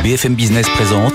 BFM Business présente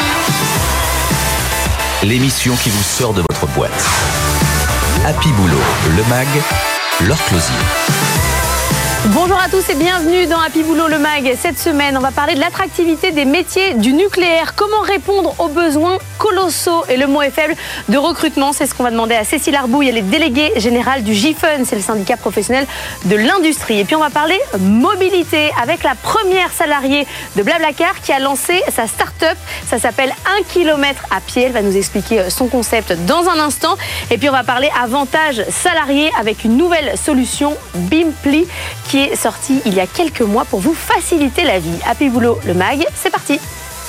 l'émission qui vous sort de votre boîte. Happy Boulot, le MAG, Laure Closier. Bonjour à tous et bienvenue dans Happy Boulot, le MAG. Cette semaine, on va parler de l'attractivité des métiers du nucléaire. Comment répondre aux besoins colossaux, et le mot est faible, de recrutement. C'est ce qu'on va demander à Cécile Arbouille, elle est déléguée générale du GIFEN, c'est le syndicat professionnel de l'industrie. Et puis on va parler mobilité avec la première salariée de Blablacar qui a lancé sa start-up. Ça s'appelle 1 km à pied. Elle va nous expliquer son concept dans un instant. Et puis on va parler avantages salariés avec une nouvelle solution, Bimpli, qui est sortie il y a quelques mois pour vous faciliter la vie. Happy Boulot, le MAG, c'est parti.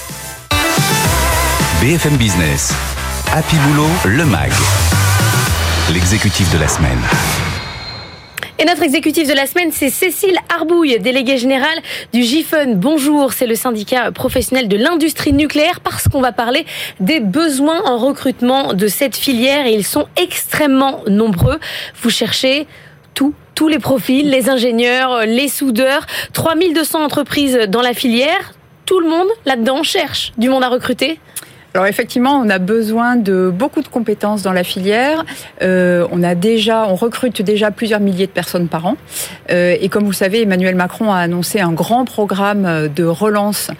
BFM Business, Happy Boulot, le MAG, l'exécutif de la semaine. Et notre exécutif de la semaine, c'est Cécile Arbouille, déléguée générale du GIFEN. Bonjour, c'est le syndicat professionnel de l'industrie nucléaire, parce qu'on va parler des besoins en recrutement de cette filière et ils sont extrêmement nombreux. Vous cherchez tous les profils, les ingénieurs, les soudeurs, 3200 entreprises dans la filière. Tout le monde là-dedans cherche du monde à recruter. Alors effectivement, on a besoin de beaucoup de compétences dans la filière. On recrute déjà plusieurs milliers de personnes par an. Et comme vous le savez, Emmanuel Macron a annoncé un grand programme de relance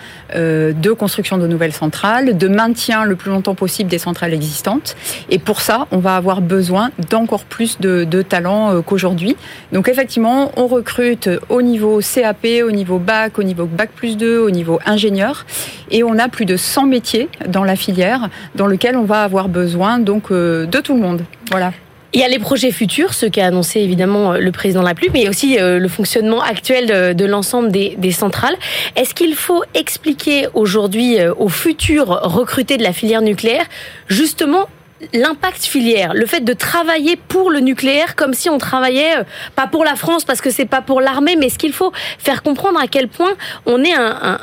de construction de nouvelles centrales, de maintien le plus longtemps possible des centrales existantes. Et pour ça, on va avoir besoin d'encore plus de talents qu'aujourd'hui. Donc effectivement, on recrute au niveau CAP, au niveau bac, au niveau bac plus 2, au niveau ingénieur. Et on a plus de 100 métiers dans la filière dans lequel on va avoir besoin donc de tout le monde. Voilà. Il y a les projets futurs, ceux qu'a annoncé évidemment le président de la République, mais il y a aussi le fonctionnement actuel de l'ensemble des centrales. Est-ce qu'il faut expliquer aujourd'hui aux futurs recrutés de la filière nucléaire justement l'impact filière, le fait de travailler pour le nucléaire comme si on travaillait pas pour la France parce que c'est pas pour l'armée, mais est-ce qu'il faut faire comprendre à quel point on est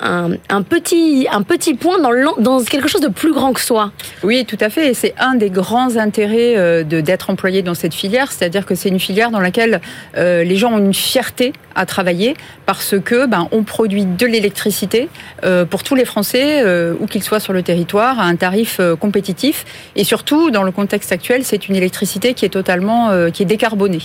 un petit point dans quelque chose de plus grand que soi? Oui, tout à fait. Et c'est un des grands intérêts d'être employé dans cette filière, c'est-à-dire que c'est une filière dans laquelle les gens ont une fierté à travailler parce que on produit de l'électricité pour tous les Français, où qu'ils soient sur le territoire, à un tarif compétitif, et surtout dans le contexte actuel, c'est une électricité qui est totalement qui est décarbonée.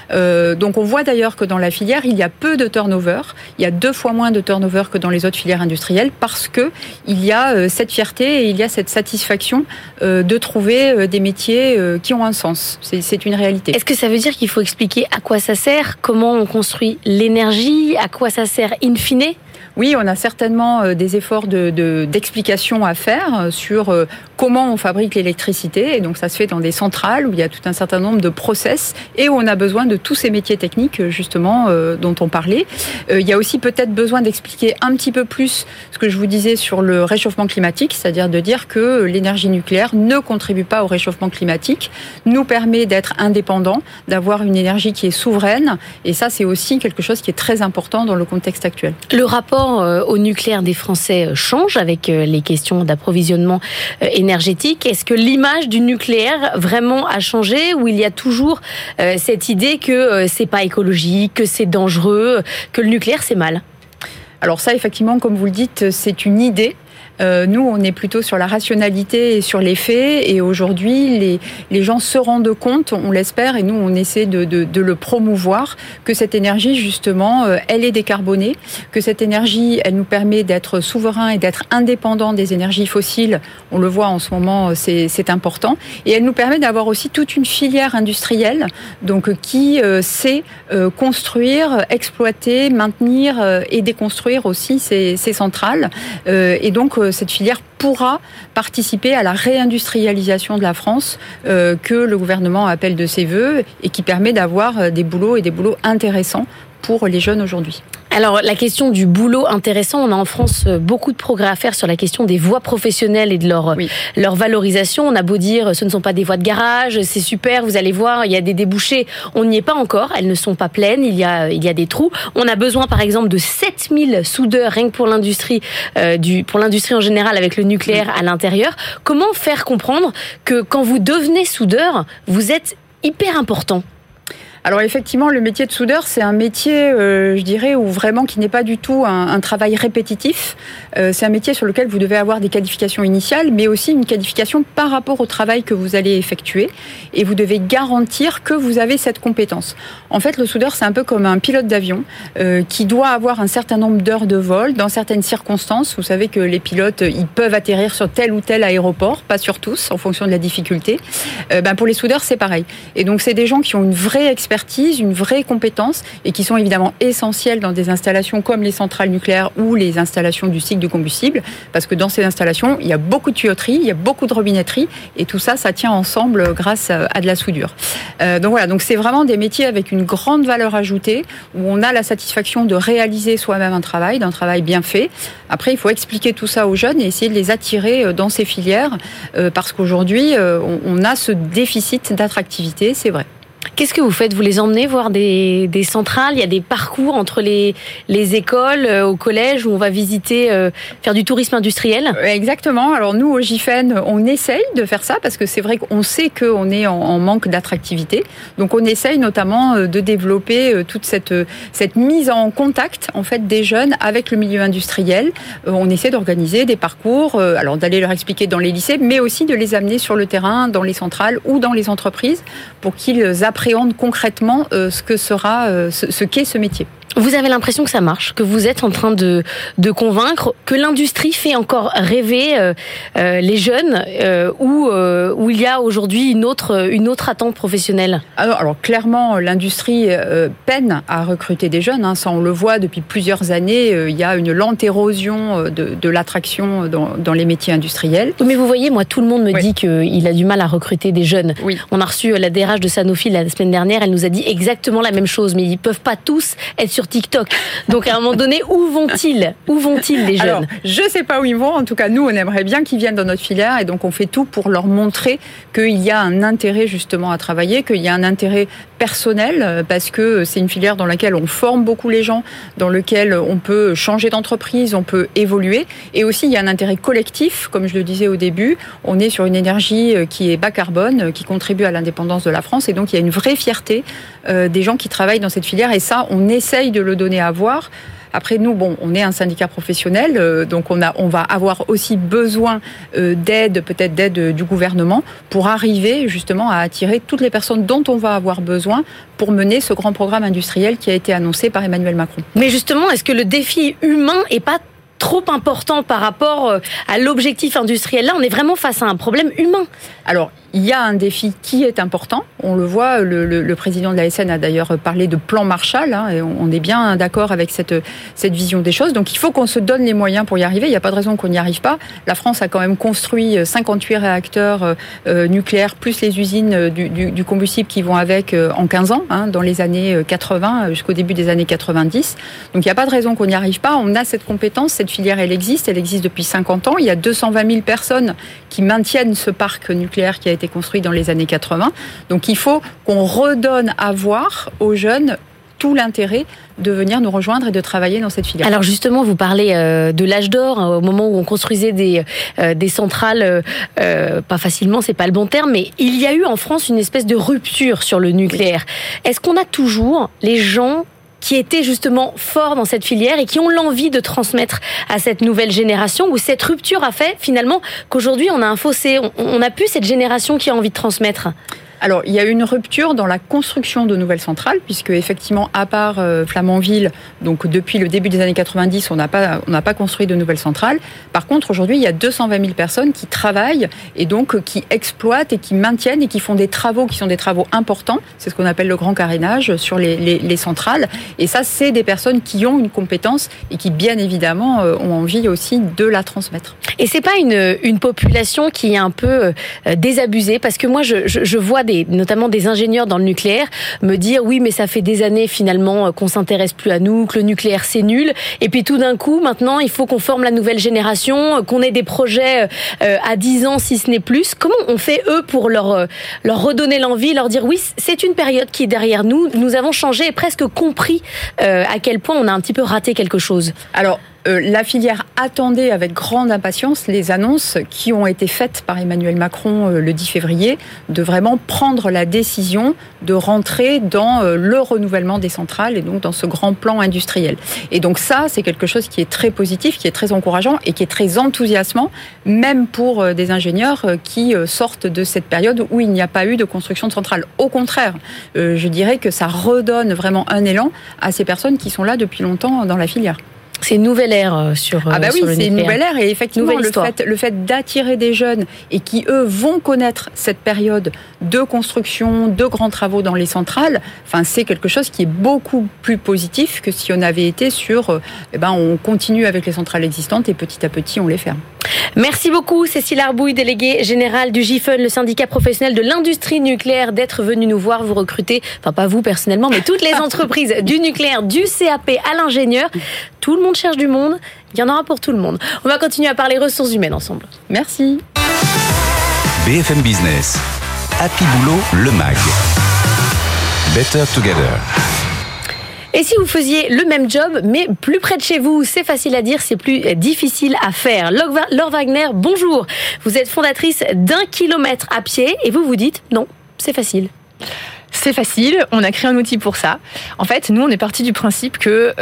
Donc on voit d'ailleurs que dans la filière, il y a peu de turnover. Il y a 2 fois moins de turnover que dans les autres filières industrielles parce que il y a cette fierté et il y a cette satisfaction de trouver des métiers qui ont un sens. C'est une réalité. Est-ce que ça veut dire qu'il faut expliquer à quoi ça sert, comment on construit l'énergie, à quoi ça sert in fine? Oui, on a certainement des efforts d'explication à faire sur comment on fabrique l'électricité. Et donc, ça se fait dans des centrales où il y a tout un certain nombre de process et où on a besoin de tous ces métiers techniques, justement, dont on parlait. Il y a aussi peut-être besoin d'expliquer un petit peu plus ce que je vous disais sur le réchauffement climatique, c'est-à-dire de dire que l'énergie nucléaire ne contribue pas au réchauffement climatique, nous permet d'être indépendants, d'avoir une énergie qui est souveraine. Et ça, c'est aussi quelque chose qui est très important dans le contexte actuel. Le rapport au nucléaire des Français change avec les questions d'approvisionnement énergétique. Est-ce que l'image du nucléaire vraiment a changé, ou il y a toujours cette idée que c'est pas écologique, que c'est dangereux, que le nucléaire c'est mal? Alors ça, effectivement, comme vous le dites, c'est une idée. Nous, on est plutôt sur la rationalité et sur les faits. Et aujourd'hui, les gens se rendent compte, on l'espère, et nous, on essaie de le promouvoir, que cette énergie, justement, elle est décarbonée, que cette énergie, elle nous permet d'être souverain et d'être indépendant des énergies fossiles. On le voit en ce moment, c'est important. Et elle nous permet d'avoir aussi toute une filière industrielle, donc qui sait construire, exploiter, maintenir et déconstruire aussi ces centrales. Et donc, cette filière pourra participer à la réindustrialisation de la France que le gouvernement appelle de ses voeux et qui permet d'avoir des boulots intéressants pour les jeunes aujourd'hui. Alors, la question du boulot intéressant, on a en France beaucoup de progrès à faire sur la question des voies professionnelles et de leur valorisation. On a beau dire, ce ne sont pas des voies de garage, c'est super, vous allez voir, il y a des débouchés. On n'y est pas encore, elles ne sont pas pleines, il y a des trous. On a besoin, par exemple, de 7000 soudeurs, rien que pour l'industrie, pour l'industrie en général, avec le nucléaire à l'intérieur. Comment faire comprendre que quand vous devenez soudeur, vous êtes hyper important ? Alors effectivement, le métier de soudeur, c'est un métier, je dirais, où vraiment qui n'est pas du tout un travail répétitif. C'est un métier sur lequel vous devez avoir des qualifications initiales, mais aussi une qualification par rapport au travail que vous allez effectuer. Et vous devez garantir que vous avez cette compétence. En fait, le soudeur, c'est un peu comme un pilote d'avion qui doit avoir un certain nombre d'heures de vol dans certaines circonstances. Vous savez que les pilotes, ils peuvent atterrir sur tel ou tel aéroport, pas sur tous, en fonction de la difficulté. Pour les soudeurs, c'est pareil. Et donc, c'est des gens qui ont une vraie expertise, une vraie compétence et qui sont évidemment essentiels dans des installations comme les centrales nucléaires ou les installations du cycle de combustible, parce que dans ces installations, il y a beaucoup de tuyauterie, il y a beaucoup de robinetterie et tout ça, ça tient ensemble grâce à de la soudure. Donc c'est vraiment des métiers avec une grande valeur ajoutée où on a la satisfaction de réaliser soi-même un travail, d'un travail bien fait. Après, il faut expliquer tout ça aux jeunes et essayer de les attirer dans ces filières parce qu'aujourd'hui, on a ce déficit d'attractivité, c'est vrai. Qu'est-ce que vous faites ? Vous les emmenez voir des centrales ? Il y a des parcours entre les écoles, au collège, où on va visiter, faire du tourisme industriel ? Exactement. Alors nous, au GIFEN, on essaye de faire ça parce que c'est vrai qu'on sait qu'on est en manque d'attractivité. Donc on essaye notamment de développer toute cette mise en contact en fait des jeunes avec le milieu industriel. On essaie d'organiser des parcours, alors d'aller leur expliquer dans les lycées, mais aussi de les amener sur le terrain, dans les centrales ou dans les entreprises pour qu'ils appréhendent concrètement ce qu'est ce métier. Vous avez l'impression que ça marche, que vous êtes en train de convaincre, que l'industrie fait encore rêver les jeunes, où il y a aujourd'hui une autre attente professionnelle. Alors clairement, l'industrie peine à recruter des jeunes. Ça, on le voit depuis plusieurs années. Il y a une lente érosion de l'attraction dans les métiers industriels. Mais vous voyez, moi, tout le monde me dit qu'il a du mal à recruter des jeunes. Oui. On a reçu la DRH de Sanofi la semaine dernière. Elle nous a dit exactement la même chose, mais ils peuvent pas tous être sur TikTok. Donc à un moment donné, où vont-ils les jeunes ? Alors, je ne sais pas où ils vont. En tout cas, nous, on aimerait bien qu'ils viennent dans notre filière et donc on fait tout pour leur montrer qu'il y a un intérêt justement à travailler, qu'il y a un intérêt personnel parce que c'est une filière dans laquelle on forme beaucoup les gens, dans laquelle on peut changer d'entreprise, on peut évoluer et aussi il y a un intérêt collectif, comme je le disais au début. On est sur une énergie qui est bas carbone, qui contribue à l'indépendance de la France et donc il y a une vraie fierté des gens qui travaillent dans cette filière et ça, on essaye de le donner à voir. Après, nous, on est un syndicat professionnel, donc on va avoir aussi besoin d'aide du gouvernement pour arriver justement à attirer toutes les personnes dont on va avoir besoin pour mener ce grand programme industriel qui a été annoncé par Emmanuel Macron. Mais justement, est-ce que le défi humain est pas trop important par rapport à l'objectif industriel ? Là, on est vraiment face à un problème humain. Alors, il y a un défi qui est important. On le voit, le président de la SN a d'ailleurs parlé de plan Marshall, et on est bien d'accord avec cette vision des choses. Donc, il faut qu'on se donne les moyens pour y arriver. Il n'y a pas de raison qu'on n'y arrive pas. La France a quand même construit 58 réacteurs nucléaires, plus les usines du combustible qui vont avec en 15 ans, dans les années 80 jusqu'au début des années 90. Donc, il n'y a pas de raison qu'on n'y arrive pas. On a cette compétence, cette filière, elle existe depuis 50 ans. Il y a 220 000 personnes qui maintiennent ce parc nucléaire qui a été construit dans les années 80. Donc il faut qu'on redonne à voir aux jeunes tout l'intérêt de venir nous rejoindre et de travailler dans cette filière. Alors justement, vous parlez de l'âge d'or, au moment où on construisait des centrales, pas facilement, c'est pas le bon terme, mais il y a eu en France une espèce de rupture sur le nucléaire. Est-ce qu'on a toujours les gens qui étaient justement forts dans cette filière et qui ont l'envie de transmettre à cette nouvelle génération, où cette rupture a fait finalement qu'aujourd'hui on a un fossé, on n'a plus cette génération qui a envie de transmettre? Alors, il y a eu une rupture dans la construction de nouvelles centrales, puisque effectivement, à part Flamanville, donc depuis le début des années 90, on n'a pas construit de nouvelles centrales. Par contre, aujourd'hui, il y a 220 000 personnes qui travaillent et donc qui exploitent et qui maintiennent et qui font des travaux qui sont des travaux importants. C'est ce qu'on appelle le grand carénage sur les centrales. Et ça, c'est des personnes qui ont une compétence et qui, bien évidemment, ont envie aussi de la transmettre. Et c'est pas une population qui est un peu désabusée, parce que moi, je vois notamment des ingénieurs dans le nucléaire me dire oui, mais ça fait des années finalement qu'on s'intéresse plus à nous, que le nucléaire c'est nul, et puis tout d'un coup maintenant il faut qu'on forme la nouvelle génération, qu'on ait des projets à 10 ans si ce n'est plus. Comment on fait eux pour leur redonner l'envie, leur dire oui, c'est une période qui est derrière nous, nous avons changé et presque compris à quel point on a un petit peu raté quelque chose? Alors La filière attendait avec grande impatience les annonces qui ont été faites par Emmanuel Macron le 10 février de vraiment prendre la décision de rentrer dans le renouvellement des centrales et donc dans ce grand plan industriel. Et donc ça, c'est quelque chose qui est très positif, qui est très encourageant et qui est très enthousiasmant, même pour des ingénieurs qui sortent de cette période où il n'y a pas eu de construction de centrales. Au contraire, je dirais que ça redonne vraiment un élan à ces personnes qui sont là depuis longtemps dans la filière. C'est une nouvelle ère sur Ah bah oui, sur le c'est une nucléaire. nouvelle ère et effectivement le fait d'attirer des jeunes et qui eux vont connaître cette période de construction, de grands travaux dans les centrales, enfin c'est quelque chose qui est beaucoup plus positif que si on avait été sur on continue avec les centrales existantes et petit à petit on les ferme. Merci beaucoup Cécile Arbouille, déléguée générale du GIFEN, le syndicat professionnel de l'industrie nucléaire, d'être venue nous voir. Vous recrutez, enfin pas vous personnellement, mais toutes les entreprises du nucléaire, du CAP à l'ingénieur. Tout le monde cherche du monde, il y en aura pour tout le monde. On va continuer à parler ressources humaines ensemble. Merci. BFM Business, Happy Boulot, le MAG. Better Together. Et si vous faisiez le même job, mais plus près de chez vous, c'est facile à dire, c'est plus difficile à faire. Laure Wagner, bonjour. Vous êtes fondatrice d'1 kilomètre à pied et vous vous dites non, c'est facile. C'est facile, on a créé un outil pour ça. En fait, nous, on est parti du principe que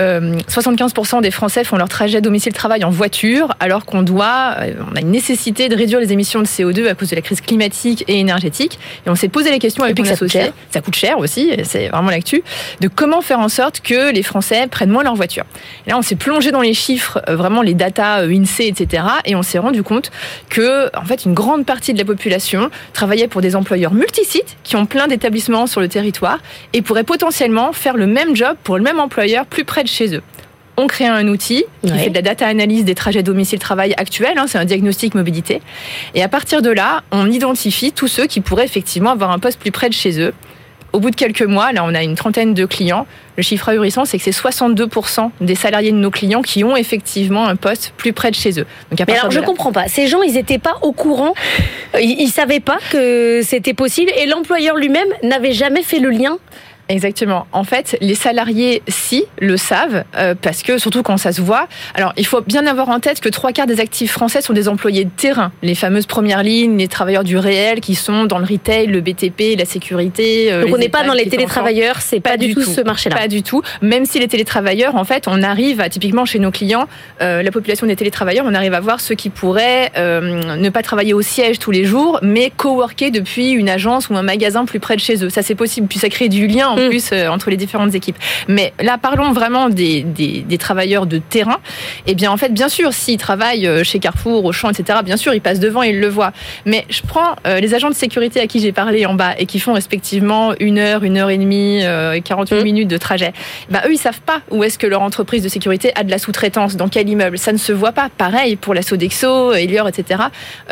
75% des Français font leur trajet domicile-travail en voiture, alors on a une nécessité de réduire les émissions de CO2 à cause de la crise climatique et énergétique. Et on s'est posé la question avec mon associé, ça coûte cher aussi, c'est vraiment l'actu, de comment faire en sorte que les Français prennent moins leur voiture. Et là, on s'est plongé dans les chiffres, vraiment les datas INSEE, etc. Et on s'est rendu compte que, en fait, une grande partie de la population travaillait pour des employeurs multisites qui ont plein d'établissements sur le territoire et pourraient potentiellement faire le même job pour le même employeur plus près de chez eux. On crée un outil qui fait de la data analyse des trajets domicile-travail actuels, c'est un diagnostic mobilité. Et à partir de là, on identifie tous ceux qui pourraient effectivement avoir un poste plus près de chez eux. Au bout de quelques mois, là on a une trentaine de clients. Le chiffre ahurissant, c'est que c'est 62% des salariés de nos clients qui ont effectivement un poste plus près de chez eux. Donc mais alors je comprends pas, ces gens ils n'étaient pas au courant, ils savaient pas que c'était possible et l'employeur lui-même n'avait jamais fait le lien. Exactement. En fait, les salariés, si, le savent, parce que, surtout quand ça se voit, alors il faut bien avoir en tête que 3/4 des actifs français sont des employés de terrain, les fameuses premières lignes, les travailleurs du réel qui sont dans le retail, le BTP, la sécurité. Donc on n'est pas dans les télétravailleurs, c'est pas du tout ce marché-là. Pas du tout. Même si les télétravailleurs, en fait, on arrive à, typiquement chez nos clients, la population des télétravailleurs, on arrive à voir ceux qui pourraient ne pas travailler au siège tous les jours, mais coworker depuis une agence ou un magasin plus près de chez eux. Ça, c'est possible. Puis ça crée du lien plus entre les différentes équipes. Mais là, parlons vraiment des travailleurs de terrain. Eh bien, en fait, bien sûr, s'ils travaillent chez Carrefour, Auchan, etc., bien sûr, ils passent devant et ils le voient. Mais je prends les agents de sécurité à qui j'ai parlé en bas et qui font respectivement 1 heure, 1 heure et demie, 48 minutes de trajet. Eux, ils savent pas où est-ce que leur entreprise de sécurité a de la sous-traitance, dans quel immeuble. Ça ne se voit pas. Pareil pour la Sodexo, Elior, etc.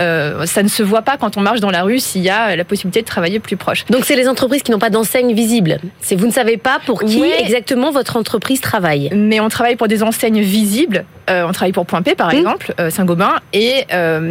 Ça ne se voit pas quand on marche dans la rue s'il y a la possibilité de travailler plus proche. Donc, c'est les entreprises qui n'ont pas d'enseigne visible. Vous ne savez pas pour qui exactement votre entreprise travaille. Mais on travaille pour des enseignes visibles. On travaille pour Point P, par exemple, Saint-Gobain. Et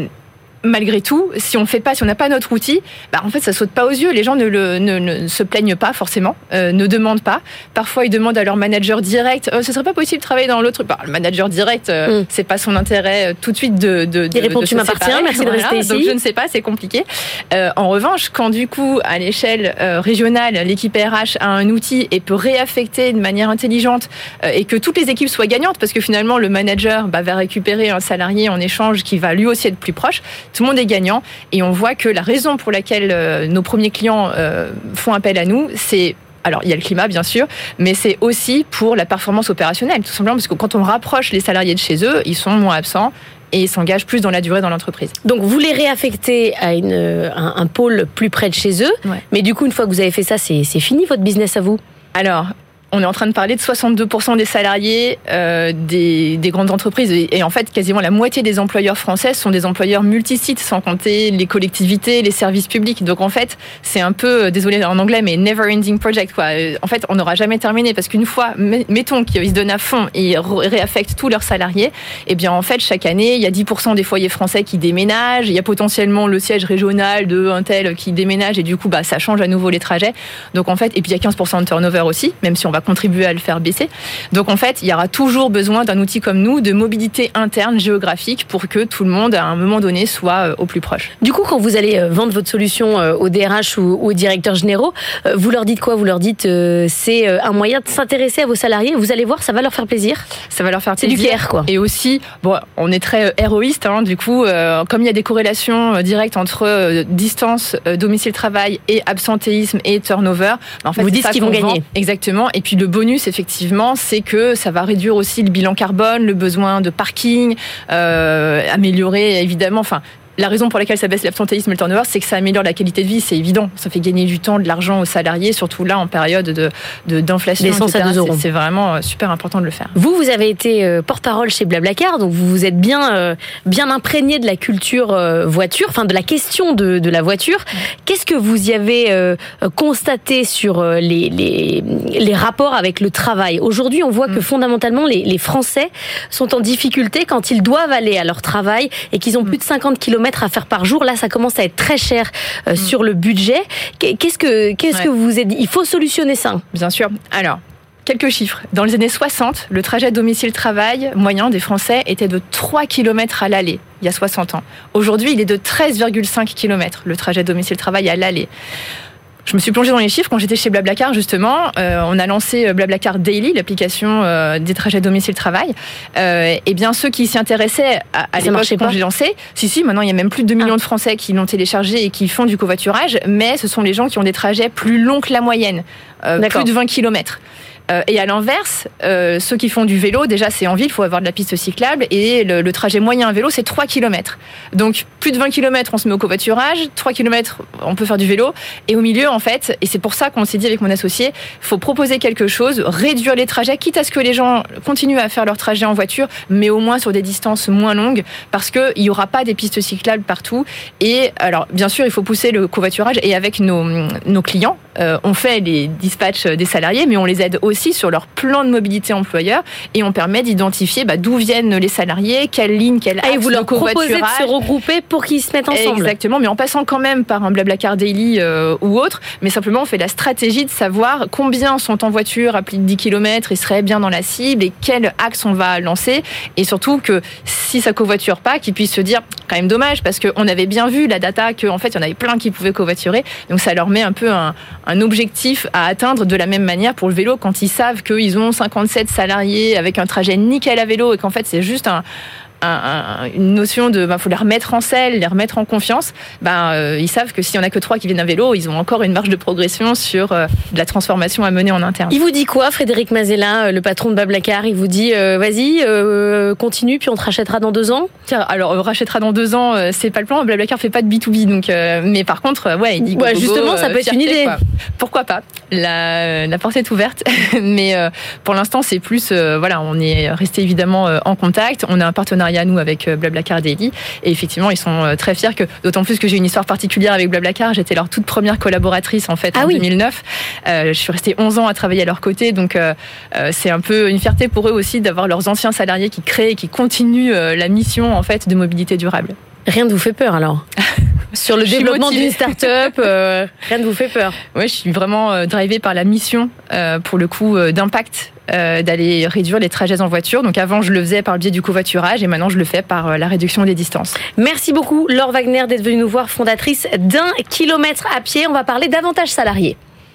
malgré tout, si on n'a pas notre outil, en fait, ça saute pas aux yeux. Les gens ne se plaignent pas forcément, ne demandent pas. Parfois, ils demandent à leur manager direct. Ce serait pas possible de travailler dans l'autre. Le manager direct, c'est pas son intérêt tout de suite de. Il répond tu m'appartiens, merci de rester ici. Donc je ne sais pas, c'est compliqué. En revanche, quand du coup, à l'échelle régionale, l'équipe RH a un outil et peut réaffecter de manière intelligente et que toutes les équipes soient gagnantes, parce que finalement, le manager va récupérer un salarié en échange qui va lui aussi être plus proche. Tout le monde est gagnant et on voit que la raison pour laquelle nos premiers clients font appel à nous, c'est... Alors, il y a le climat, bien sûr, mais c'est aussi pour la performance opérationnelle, tout simplement parce que quand on rapproche les salariés de chez eux, ils sont moins absents et ils s'engagent plus dans la durée dans l'entreprise. Donc, vous les réaffectez à un pôle plus près de chez eux, mais du coup, une fois que vous avez fait ça, c'est fini votre business à vous ? Alors... On est en train de parler de 62% des salariés des grandes entreprises. Et en fait, quasiment la moitié des employeurs français sont des employeurs multisites, sans compter les collectivités, les services publics. Donc en fait, c'est un peu, désolé en anglais, mais never ending project, quoi. En fait, on n'aura jamais terminé parce qu'une fois, mettons qu'ils se donnent à fond et ils réaffectent tous leurs salariés, eh bien en fait, chaque année, il y a 10% des foyers français qui déménagent. Il y a potentiellement le siège régional de un tel qui déménage et du coup, ça change à nouveau les trajets. Donc en fait, et puis il y a 15% de turnover aussi, même si on va va contribuer à le faire baisser. Donc en fait, il y aura toujours besoin d'un outil comme nous de mobilité interne géographique pour que tout le monde, à un moment donné, soit au plus proche. Du coup, quand vous allez vendre votre solution aux DRH ou aux directeurs généraux, vous leur dites quoi ? Vous leur dites c'est un moyen de s'intéresser à vos salariés. Vous allez voir, ça va leur faire plaisir. Ça va leur faire plaisir. C'est du care, quoi. Et aussi, bon, on est très héroïste, du coup, comme il y a des corrélations directes entre distance, domicile-travail et absentéisme et turnover, en fait, vous dites qu'ils vont gagner. Exactement. Et puis le bonus, effectivement, c'est que ça va réduire aussi le bilan carbone, le besoin de parking, améliorer évidemment. La raison pour laquelle ça baisse l'absentéisme et le turnover, c'est que ça améliore la qualité de vie, c'est évident. Ça fait gagner du temps, de l'argent aux salariés, surtout là en période d'inflation. L'essence à 2 €. C'est vraiment super important de le faire. Vous avez été porte-parole chez Blablacar, donc vous vous êtes bien imprégné de la culture voiture, de la question de la voiture. Qu'est-ce que vous y avez constaté sur les rapports avec le travail ? Aujourd'hui, on voit que fondamentalement, les Français sont en difficulté quand ils doivent aller à leur travail et qu'ils ont plus de 50 km à faire par jour. Là, ça commence à être très cher sur le budget. Qu'est-ce que vous vous êtes dit ? Il faut solutionner ça. Bien sûr. Alors, quelques chiffres. Dans les années 60, le trajet domicile-travail moyen des Français était de 3 km à l'aller, il y a 60 ans. Aujourd'hui, il est de 13,5 km, le trajet domicile-travail à l'aller. Je me suis plongée dans les chiffres quand j'étais chez Blablacar, justement. On a lancé Blablacar Daily, l'application des trajets domicile-travail. Et bien, ceux qui s'y intéressaient à l'époque quand j'ai lancé, maintenant, il y a même plus de 2 millions de Français qui l'ont téléchargé et qui font du covoiturage, mais ce sont les gens qui ont des trajets plus longs que la moyenne, plus de 20 km. Et à l'inverse, ceux qui font du vélo, déjà c'est en ville, il faut avoir de la piste cyclable, et le trajet moyen à vélo, c'est 3 km. Donc plus de 20 km, on se met au covoiturage, 3 km, on peut faire du vélo, et au milieu, en fait, et c'est pour ça qu'on s'est dit avec mon associé, il faut proposer quelque chose, réduire les trajets, quitte à ce que les gens continuent à faire leur trajet en voiture, mais au moins sur des distances moins longues, parce qu'il n'y aura pas des pistes cyclables partout. Et alors, bien sûr, il faut pousser le covoiturage, et avec nos clients, on fait les dispatchs des salariés, mais on les aide aussi sur leur plan de mobilité employeur, et on permet d'identifier d'où viennent les salariés, quelle ligne, quel axe et vous leur de covoiturage. proposez de se regrouper pour qu'ils se mettent ensemble. Exactement, mais en passant quand même par un Blablacar Daily ou autre, mais simplement on fait la stratégie de savoir combien sont en voiture à plus de 10 km et seraient bien dans la cible, et quel axe on va lancer, et surtout que si ça covoiture pas, qu'ils puissent se dire quand même dommage, parce qu'on avait bien vu la data qu'en fait il y en avait plein qui pouvaient covoiturer, donc ça leur met un peu un objectif à atteindre. De la même manière pour le vélo, quand ils savent qu'ils ont 57 salariés avec un trajet nickel à vélo, et qu'en fait c'est juste une notion de faut les remettre en selle, les remettre en confiance, ils savent que si on n'a que 3 qui viennent à vélo, ils ont encore une marge de progression sur de la transformation à mener en interne. Il vous dit quoi, Frédéric Mazella, le patron de Blablacar ? Il vous dit vas-y, continue, puis on te rachètera dans 2 ans ? Alors rachètera dans 2 ans, c'est pas le plan. Blablacar fait pas de B2B, donc mais par contre il dit justement, ça peut être une idée. Quoi. Pourquoi pas ? La porte est ouverte, mais pour l'instant c'est plus on est resté évidemment en contact. On a un partenariat nous avec Blablacar Daily, et effectivement ils sont très fiers, d'autant plus que j'ai une histoire particulière avec Blablacar. J'étais leur toute première collaboratrice en fait en 2009. Je suis restée 11 ans à travailler à leur côté, donc c'est un peu une fierté pour eux aussi d'avoir leurs anciens salariés qui créent et qui continuent la mission en fait de mobilité durable. Rien ne vous fait peur alors ? Sur le développement d'une start-up, rien ne vous fait peur ? Oui, je suis vraiment drivée par la mission, pour le coup, d'impact, d'aller réduire les trajets en voiture. Donc avant, je le faisais par le biais du covoiturage, et maintenant, je le fais par la réduction des distances. Merci beaucoup, Laure Wagner, d'être venue nous voir, fondatrice d'1 kilomètre à pied. On va parler d'avantages salariés.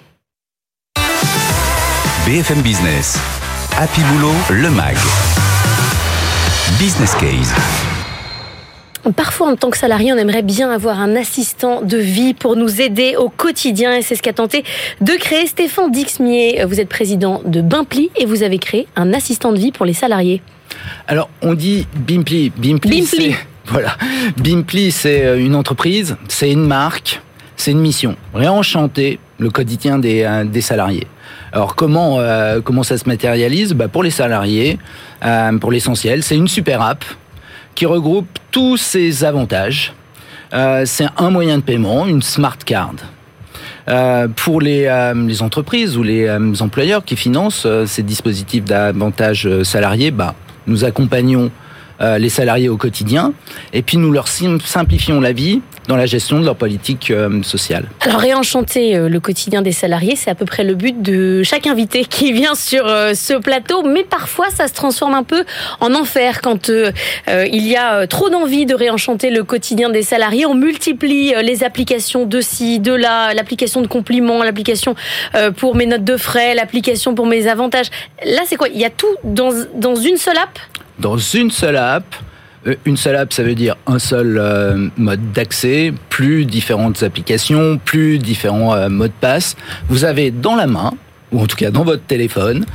BFM Business, Happy Boulot, le MAG. Business Case. Parfois, en tant que salarié, on aimerait bien avoir un assistant de vie pour nous aider au quotidien, et c'est ce qu'a tenté de créer Stéphane Dixmier. Vous êtes président de Bimpli et vous avez créé un assistant de vie pour les salariés. Alors, on dit Bimpli. Bimpli. Bimpli, c'est une entreprise, c'est une marque, c'est une mission. Réenchanter le quotidien des salariés. Alors, comment ça se matérialise ? Pour les salariés, pour l'essentiel, c'est une super app qui regroupe tous ces avantages. C'est un moyen de paiement, une smart card. Pour les entreprises ou les employeurs qui financent ces dispositifs d'avantages salariés, nous accompagnons les salariés au quotidien, et puis nous leur simplifions la vie dans la gestion de leur politique sociale. Alors réenchanter le quotidien des salariés, c'est à peu près le but de chaque invité qui vient sur ce plateau, mais parfois ça se transforme un peu en enfer quand il y a trop d'envie de réenchanter le quotidien des salariés. On multiplie les applications de ci, de là, l'application de compliments, l'application pour mes notes de frais, l'application pour mes avantages. Là, c'est quoi? Il y a tout dans une seule app? Dans une seule app. Une seule app, ça veut dire un seul mode d'accès, plus différentes applications, plus différents mots de passe. Vous avez dans la main, ou en tout cas dans votre téléphone,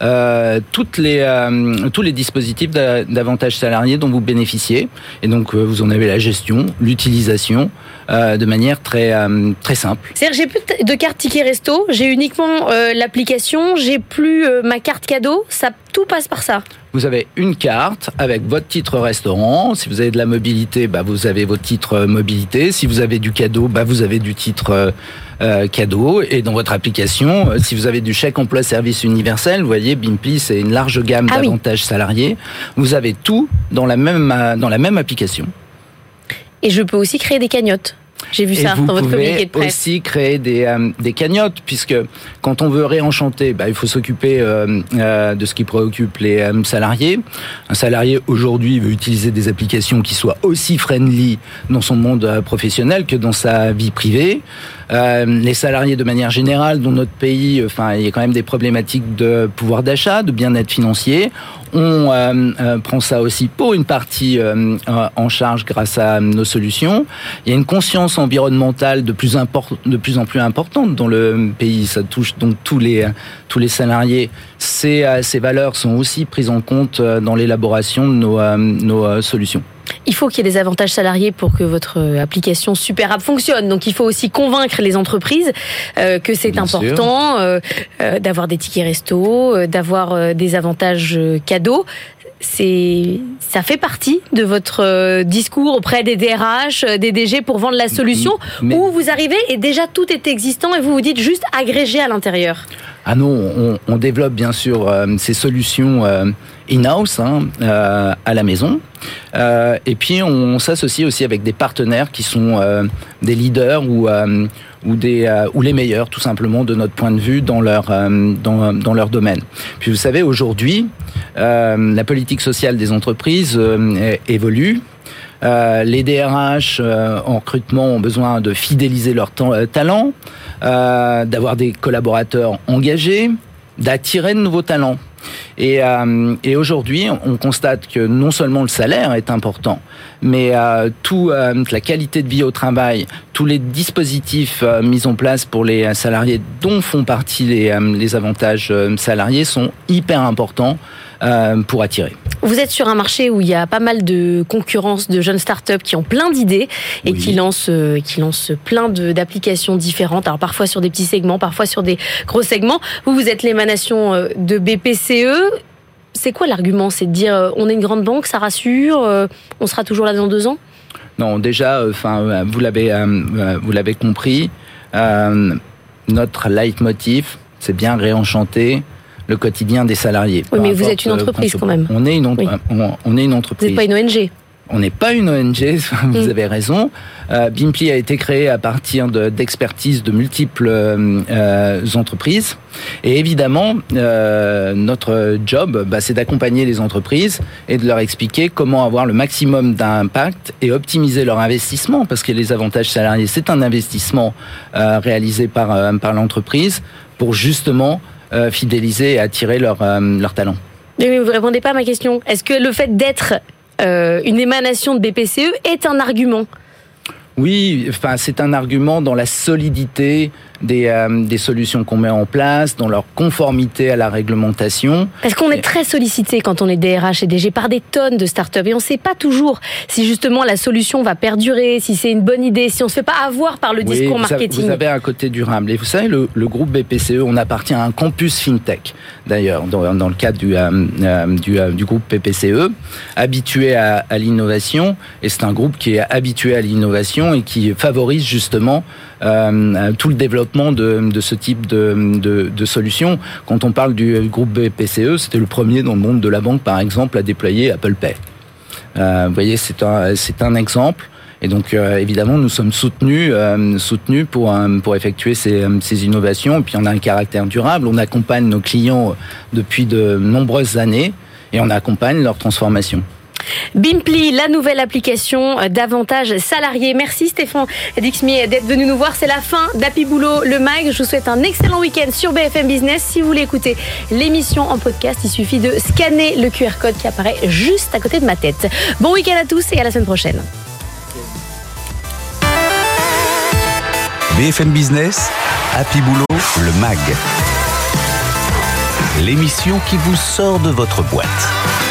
tous les dispositifs d'avantages salariés dont vous bénéficiez. Et donc, vous en avez la gestion, l'utilisation, de manière très simple. C'est-à-dire, j'ai plus de carte ticket resto, j'ai uniquement l'application, j'ai plus ma carte cadeau, tout passe par ça. Vous avez une carte avec votre titre restaurant. Si vous avez de la mobilité, vous avez votre titre mobilité. Si vous avez du cadeau, vous avez du titre cadeau. Et dans votre application, si vous avez du chèque emploi service universel, vous voyez, Bimpli, c'est une large gamme d'avantages salariés. Vous avez tout dans la même application. Et je peux aussi créer des cagnottes. J'ai vu ça dans votre communiqué de presse. Vous pouvez aussi créer des cagnottes, puisque quand on veut réenchanter, il faut s'occuper de ce qui préoccupe les salariés. Un salarié, aujourd'hui, veut utiliser des applications qui soient aussi friendly dans son monde professionnel que dans sa vie privée. Les salariés, de manière générale, dans notre pays, il y a quand même des problématiques de pouvoir d'achat, de bien-être financier. On prend ça aussi pour une partie en charge grâce à nos solutions. Il y a une conscience environnementale de plus en plus importante dans le pays. Ça touche donc tous les salariés. Ces valeurs sont aussi prises en compte dans l'élaboration de nos solutions. Il faut qu'il y ait des avantages salariés pour que votre application Super App fonctionne. Donc, il faut aussi convaincre les entreprises que c'est important d'avoir des tickets resto, d'avoir des avantages cadeaux. Ça fait partie de votre discours auprès des DRH, des DG pour vendre la solution, où vous arrivez et déjà tout est existant et vous vous dites juste agréger à l'intérieur. Ah non, on développe bien sûr ces solutions in-house à la maison. Et puis on s'associe aussi avec des partenaires qui sont des leaders ou les meilleurs tout simplement de notre point de vue dans leur domaine. Puis vous savez, aujourd'hui, la politique sociale des entreprises évolue. Les DRH en recrutement ont besoin de fidéliser leurs talents, d'avoir des collaborateurs engagés, d'attirer de nouveaux talents. Et aujourd'hui, on constate que non seulement le salaire est important, mais la qualité de vie au travail, tous les dispositifs mis en place pour les salariés dont font partie les avantages salariés sont hyper importants pour attirer. Vous êtes sur un marché où il y a pas mal de concurrence de jeunes startups qui ont plein d'idées et qui lancent plein d'applications différentes. Alors parfois sur des petits segments, parfois sur des gros segments. Vous êtes l'émanation de BPCE. C'est quoi l'argument? C'est de dire on est une grande banque, ça rassure, on sera toujours là dans 2 ans? Non, déjà, vous l'avez compris. Notre leitmotiv, c'est bien réenchanter le quotidien des salariés. Oui, mais vous êtes une entreprise quand même. On est une entreprise. Vous n'êtes pas une ONG. On n'est pas une ONG, vous avez raison. Bimpli a été créé à partir d'expertise de multiples entreprises. Et évidemment, notre job, c'est d'accompagner les entreprises et de leur expliquer comment avoir le maximum d'impact et optimiser leur investissement. Parce que les avantages salariés, c'est un investissement réalisé par l'entreprise pour justement fidéliser et attirer leur talent. Mais vous ne répondez pas à ma question. Est-ce que le fait d'être une émanation de BPCE est un argument? Oui, c'est un argument dans la solidité des solutions qu'on met en place, dans leur conformité à la réglementation. Parce qu'on est très sollicité quand on est DRH et DG par des tonnes de startups et on ne sait pas toujours si justement la solution va perdurer, si c'est une bonne idée, si on ne se fait pas avoir par le discours marketing. Vous avez un côté durable. Et vous savez, le groupe BPCE, on appartient à un campus FinTech, d'ailleurs, dans le cadre du groupe BPCE, habitué à l'innovation. Et c'est un groupe qui est habitué à l'innovation et qui favorise justement tout le développement de ce type de solutions. Quand on parle du groupe BPCE, c'était le premier dans le monde de la banque, par exemple, à déployer Apple Pay. Vous voyez, c'est un exemple. Et donc, évidemment, nous sommes soutenus pour effectuer ces innovations. Et puis, on a un caractère durable. On accompagne nos clients depuis de nombreuses années et on accompagne leur transformation. Bimpli, la nouvelle application d'avantages salariés. Merci Stéphane Dixmier d'être venu nous voir. C'est la fin d'Happy Boulot, le mag. Je vous souhaite un excellent week-end sur BFM Business. Si vous voulez écouter l'émission en podcast, il suffit de scanner le QR code qui apparaît juste à côté de ma tête. Bon week-end à tous et à la semaine prochaine. BFM Business, Happy Boulot, le mag. L'émission qui vous sort de votre boîte.